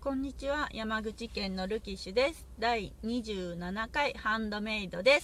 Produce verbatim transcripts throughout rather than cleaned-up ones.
こんにちは、山口県のルキッシュです。だいにじゅうななかいハンドメイドです。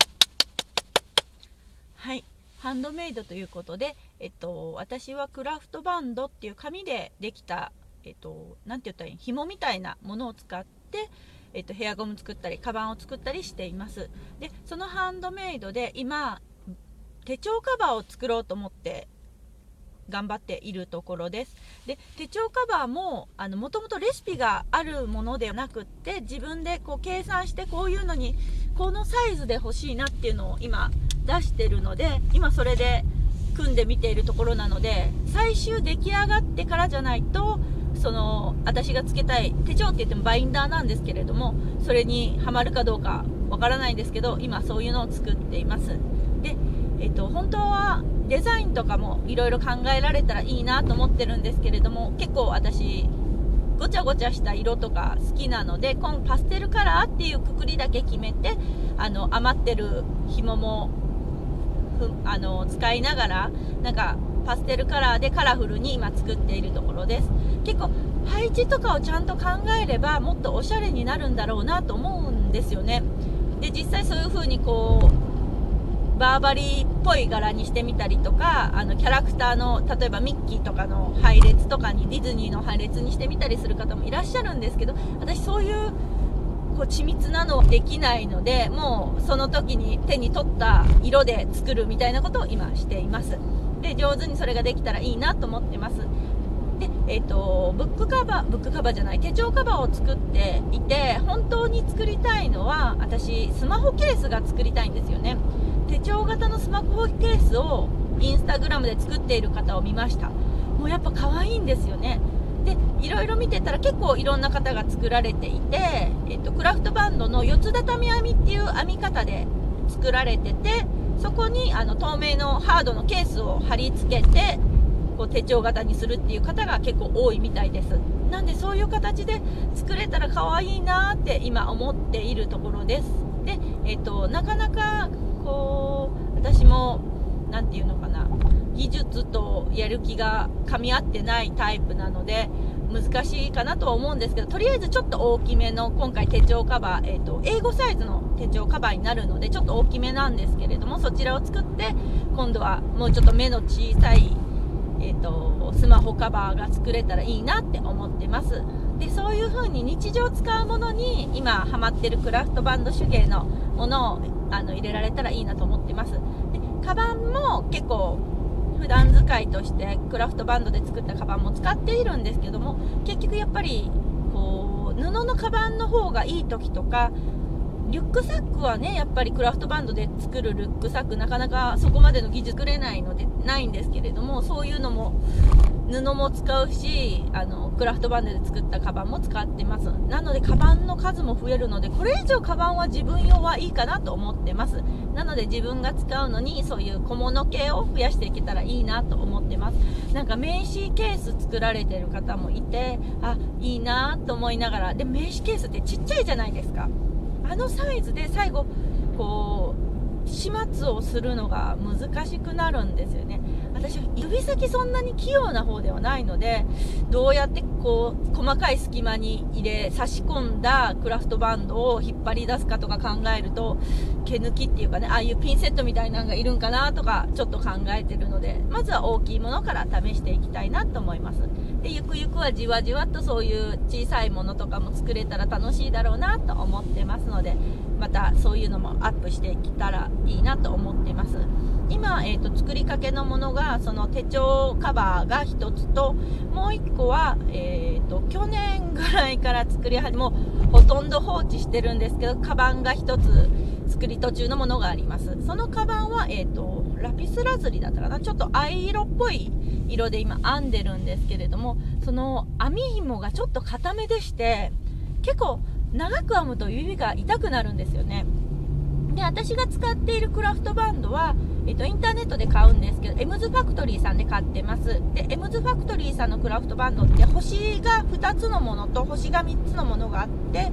はい、ハンドメイドということで、えっと、私はクラフトバンドっていう紙でできた、えっと、なんて言ったらいい、紐みたいなものを使って、えっと、ヘアゴム作ったり、カバンを作ったりしています。で、そのハンドメイドで今、手帳カバーを作ろうと思って頑張っているところです。で、手帳カバーもあのもともとレシピがあるものではなくって、自分でこう計算して、こういうのにこのサイズで欲しいなっていうのを今出してるので、今それで組んでみているところなので、最終出来上がってからじゃないと、その私がつけたい手帳って言ってもバインダーなんですけれども、それにはまるかどうかわからないんですけど、今そういうのを作っています。で、えっと、本当はデザインとかもいろいろ考えられたらいいなと思ってるんですけれども、結構私ごちゃごちゃした色とか好きなので、今パステルカラーっていうくくりだけ決めて、あの余ってる紐もあの使いながら、なんかパステルカラーでカラフルに今作っているところです。結構配置とかをちゃんと考えればもっとおしゃれになるんだろうなと思うんですよね。で、実際そういう風にこうバーバリーっぽい柄にしてみたりとか、あのキャラクターの例えばミッキーとかの配列とかに、ディズニーの配列にしてみたりする方もいらっしゃるんですけど、私そういうこう緻密なのはできないので、もうその時に手に取った色で作るみたいなことを今しています。で、上手にそれができたらいいなと思ってます。で、えーと、ブックカバーブックカバーじゃない手帳カバーを作っていて、本当に作りたいのは、私スマホケースが作りたいんですよね。手帳型のスマホケースをインスタグラムで作っている方を見ました。もうやっぱ可愛いんですよね。で、いろいろ見てたら結構いろんな方が作られていて、えっと、クラフトバンドの四つ畳編みっていう編み方で作られてて、そこにあの透明のハードのケースを貼り付けてこう手帳型にするっていう方が結構多いみたいです。なんでそういう形で作れたら可愛いなって今思っているところです。で、えっと、なかなかこう私もなんていうのかな、技術とやる気が噛み合ってないタイプなので難しいかなとは思うんですけど、とりあえずちょっと大きめの今回手帳カバー、えーと、英語サイズの手帳カバーになるのでちょっと大きめなんですけれども、そちらを作って今度はもうちょっと目の小さい、えーと、スマホカバーが作れたらいいなって思ってます。で、そういう風に日常使うものに今ハマってるクラフトバンド手芸のものをあの入れられたらいいなと思ってます。で、カバンも結構普段使いとしてクラフトバンドで作ったカバンも使っているんですけども、結局やっぱりこう布のカバンの方がいい時とか、リュックサックはね、やっぱりクラフトバンドで作るリュックサックなかなかそこまでの技術作れないのでないんですけれども、そういうのも布も使うし、あのクラフトバンドで作ったカバンも使ってます。なのでカバンの数も増えるので、これ以上カバンは自分用はいいかなと思ってます。なので自分が使うのにそういう小物系を増やしていけたらいいなと思ってます。なんか名刺ケース作られてる方もいて、あ、いいなと思いながら、で、名刺ケースってちっちゃいじゃないですか。あのサイズで最後こう始末をするのが難しくなるんですよね。私指先そんなに器用な方ではないので、どうやってこう細かい隙間に入れ差し込んだクラフトバンドを引っ張り出すかとか考えると、毛抜きっていうかね、ああいうピンセットみたいなのがいるんかなとかちょっと考えてるので、まずは大きいものから試していきたいなと思います。で、ゆくゆくはじわじわとそういう小さいものとかも作れたら楽しいだろうなと思ってますので、またそういうのもアップしていけたらいいなと思ってます。今、えーと、作りかけのものがその手帳カバーが一つと、もう一個は、えーと、去年ぐらいから作り始め、もうほとんど放置してるんですけど、カバンが一つ作り途中のものがあります。そのカバンは、えーと、ラピスラズリだったかな、ちょっと藍色っぽい色で今編んでるんですけれども、その編み紐がちょっと固めでして、結構長く編むと指が痛くなるんですよね。で、私が使っているクラフトバンドは、えっと、インターネットで買うんですけど、エムズファクトリーさんで買ってます。で、エムズファクトリーさんのクラフトバンドって星がふたつのものと星がみっつのものがあって、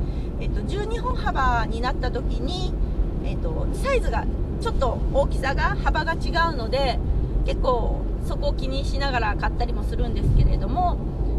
えっと、じゅうにほん幅になった時に、えっと、サイズがちょっと大きさが幅が違うので、結構そこを気にしながら買ったりもするんですけれども、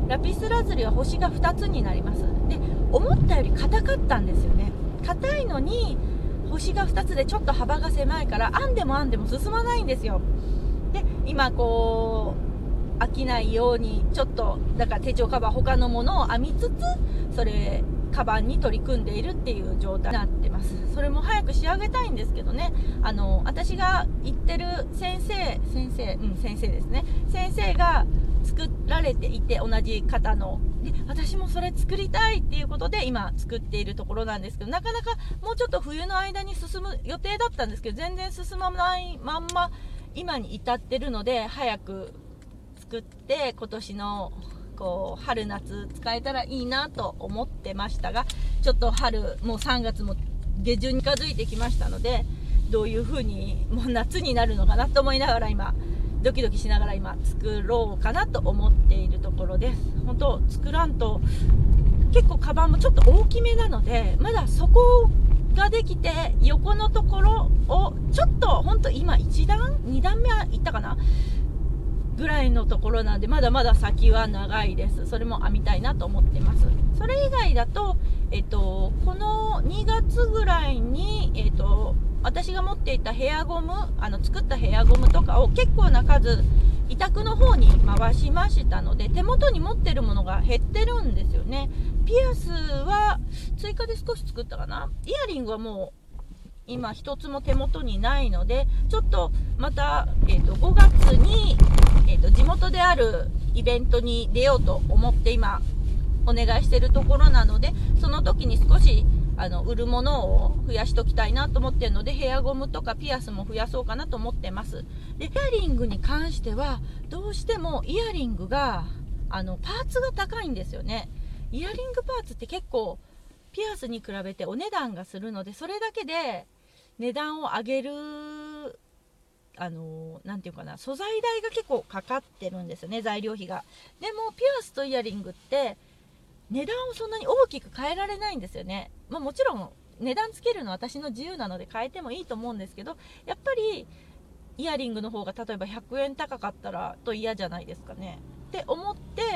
ラピスラズリは星がふたつになります。で思ったより硬かったんですよね。硬いのに星がふたつでちょっと幅が狭いから編んでも編んでも進まないんですよ。で今こう飽きないようにちょっとだから手帳カバー他のものを編みつつそれカバンに取り組んでいるっていう状態になってます。それも早く仕上げたいんですけどね、あの私が行ってる先生先生うん先生ですね先生が作られていて、同じ方ので私もそれ作りたいっていうことで今作っているところなんですけど、なかなかもうちょっと冬の間に進む予定だったんですけど全然進まないまんま今に至ってるので、早く作って今年のこう春夏使えたらいいなと思ってましたが、ちょっと春もうさんがつも下旬に近づいてきましたので、どういう風にもう夏になるのかなと思いながら今ドキドキしながら今作ろうかなと思っているところです。本当作らんと結構カバンもちょっと大きめなので、まだ底ができて横のところをちょっと本当今いち段に段目いったかなぐらいのところなんで、まだまだ先は長いです。それも編みたいなと思ってます。それ以外だと、えっと、このにがつぐらいに、えっと、私が持っていたヘアゴム、あの作ったヘアゴムとかを結構な数委託の方に回しましたので、手元に持ってるものが減ってるんですよね。ピアスは追加で少し作ったかな。イヤリングはもう今一つも手元にないので、ちょっとまた、えー、とごがつに、えー、と地元であるイベントに出ようと思って今お願いしているところなので、その時に少しあの売るものを増やしときたいなと思っているので、ヘアゴムとかピアスも増やそうかなと思ってます。でイヤリングに関してはどうしてもイヤリングがあのパーツが高いんですよね。イヤリングパーツって結構ピアスに比べてお値段がするので、それだけで値段を上げるあのなんていうかな、素材代が結構かかってるんですよね、材料費が。でもピアスとイヤリングって値段をそんなに大きく変えられないんですよね。まあ、もちろん値段つけるのは私の自由なので変えてもいいと思うんですけど、やっぱりイヤリングの方が例えばひゃくえん高かったらと嫌じゃないですかねって思って、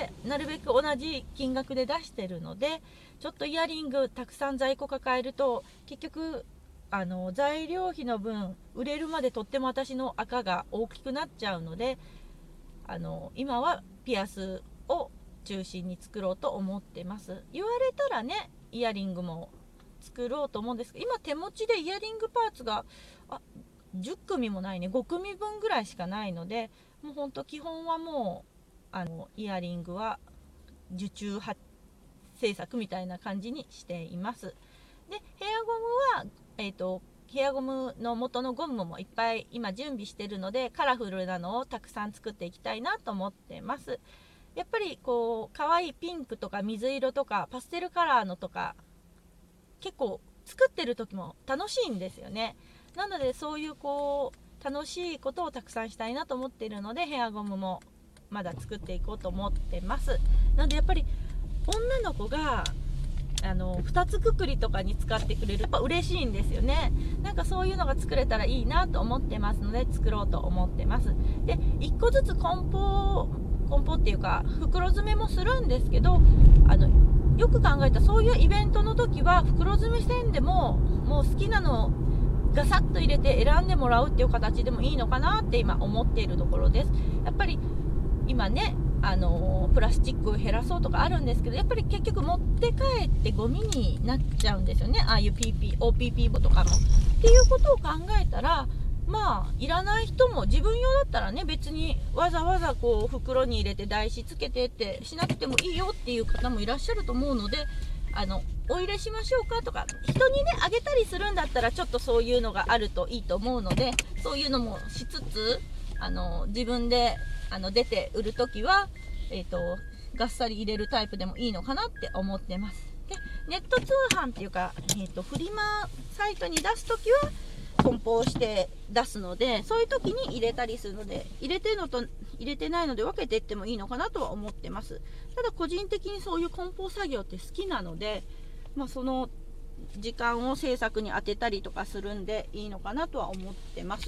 なるべく同じ金額で出してるので、ちょっとイヤリングたくさん在庫抱えると結局あの材料費の分売れるまでとっても私の赤が大きくなっちゃうので、あの今はピアスを中心に作ろうと思ってます。言われたらねイヤリングも作ろうと思うんですけど、今手持ちでイヤリングパーツがあじゅっくみもないね、ごくみぶんぐらいしかないので、もうほんと基本はもうあのイヤリングは受注制作みたいな感じにしています。でヘアゴムは、えーと、ヘアゴムの元のゴムもいっぱい今準備してるので、カラフルなのをたくさん作っていきたいなと思ってます。やっぱりこう可愛いピンクとか水色とかパステルカラーのとか結構作ってる時も楽しいんですよね。なのでそういうこう楽しいことをたくさんしたいなと思っているので、ヘアゴムもまだ作っていこうと思ってます。なのでやっぱり女の子があのふたつくくりとかに使ってくれるとやっぱ嬉しいんですよね。なんかそういうのが作れたらいいなと思ってますので作ろうと思ってます。でいっこずつ梱包梱包っていうか袋詰めもするんですけど、あのよく考えたらそういうイベントの時は袋詰めせんでももう好きなのをガサッと入れて選んでもらうっていう形でもいいのかなって今思っているところです。やっぱり今ねあのプラスチックを減らそうとかあるんですけど、やっぱり結局持って帰ってゴミになっちゃうんですよね、ああいう ピーピー オーピーピー 簿とかもっていうことを考えたら、まあいらない人も自分用だったらね別にわざわざこう袋に入れて台紙つけてってしなくてもいいよっていう方もいらっしゃると思うので、あのお入れしましょうかとか人にねあげたりするんだったらちょっとそういうのがあるといいと思うので、そういうのもしつつあの自分であの出て売るときは、えーと、がっさり入れるタイプでもいいのかなって思ってます。でネット通販っていうか、えーと、フリマサイトに出すときは梱包して出すので、そういう時に入れたりするので、入れてるのと入れてないので分けていってもいいのかなとは思ってます。ただ個人的にそういう梱包作業って好きなので、まあ、その時間を制作に当てたりとかするんでいいのかなとは思ってます。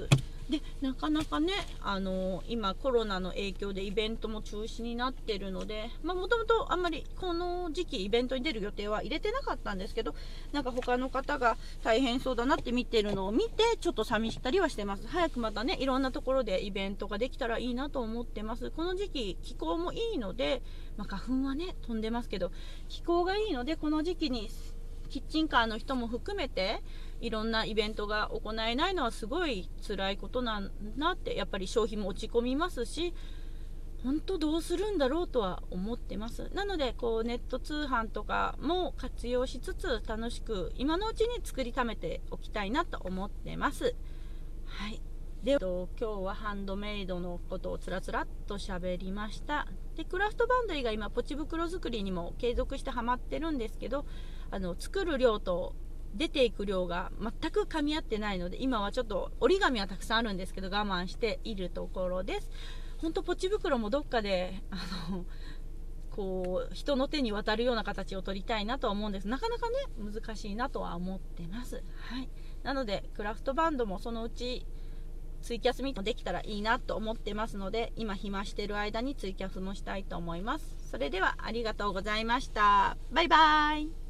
でなかなかね、あの今コロナの影響でイベントも中止になってるので、もともとあんまりこの時期イベントに出る予定は入れてなかったんですけど、なんか他の方が大変そうだなって見てるのを見てちょっと寂しかったりはしてます。早くまたねいろんなところでイベントができたらいいなと思ってます。この時期気候もいいので、まあ、花粉はね飛んでますけど気候がいいので、この時期にキッチンカーの人も含めていろんなイベントが行えないのはすごい辛いことなんだって、やっぱり消費も落ち込みますし、本当どうするんだろうとは思ってます。なのでこうネット通販とかも活用しつつ楽しく今のうちに作りためておきたいなと思ってます。はい、で今日はハンドメイドのことをつらつらっと喋りました。でクラフトバンドリーが今ポチ袋作りにも継続してハマってるんですけど、あの作る量と出ていく量が全く噛み合ってないので、今はちょっと折り紙はたくさんあるんですけど我慢しているところです。ほんとポチ袋もどっかであのこう人の手に渡るような形を取りたいなとは思うんです。なかなかね難しいなとは思ってます。はい、なのでクラフトバンドもそのうちツイキャスもできたらいいなと思ってますので、今暇してる間にツイキャスもしたいと思います。それではありがとうございました。バイバイ。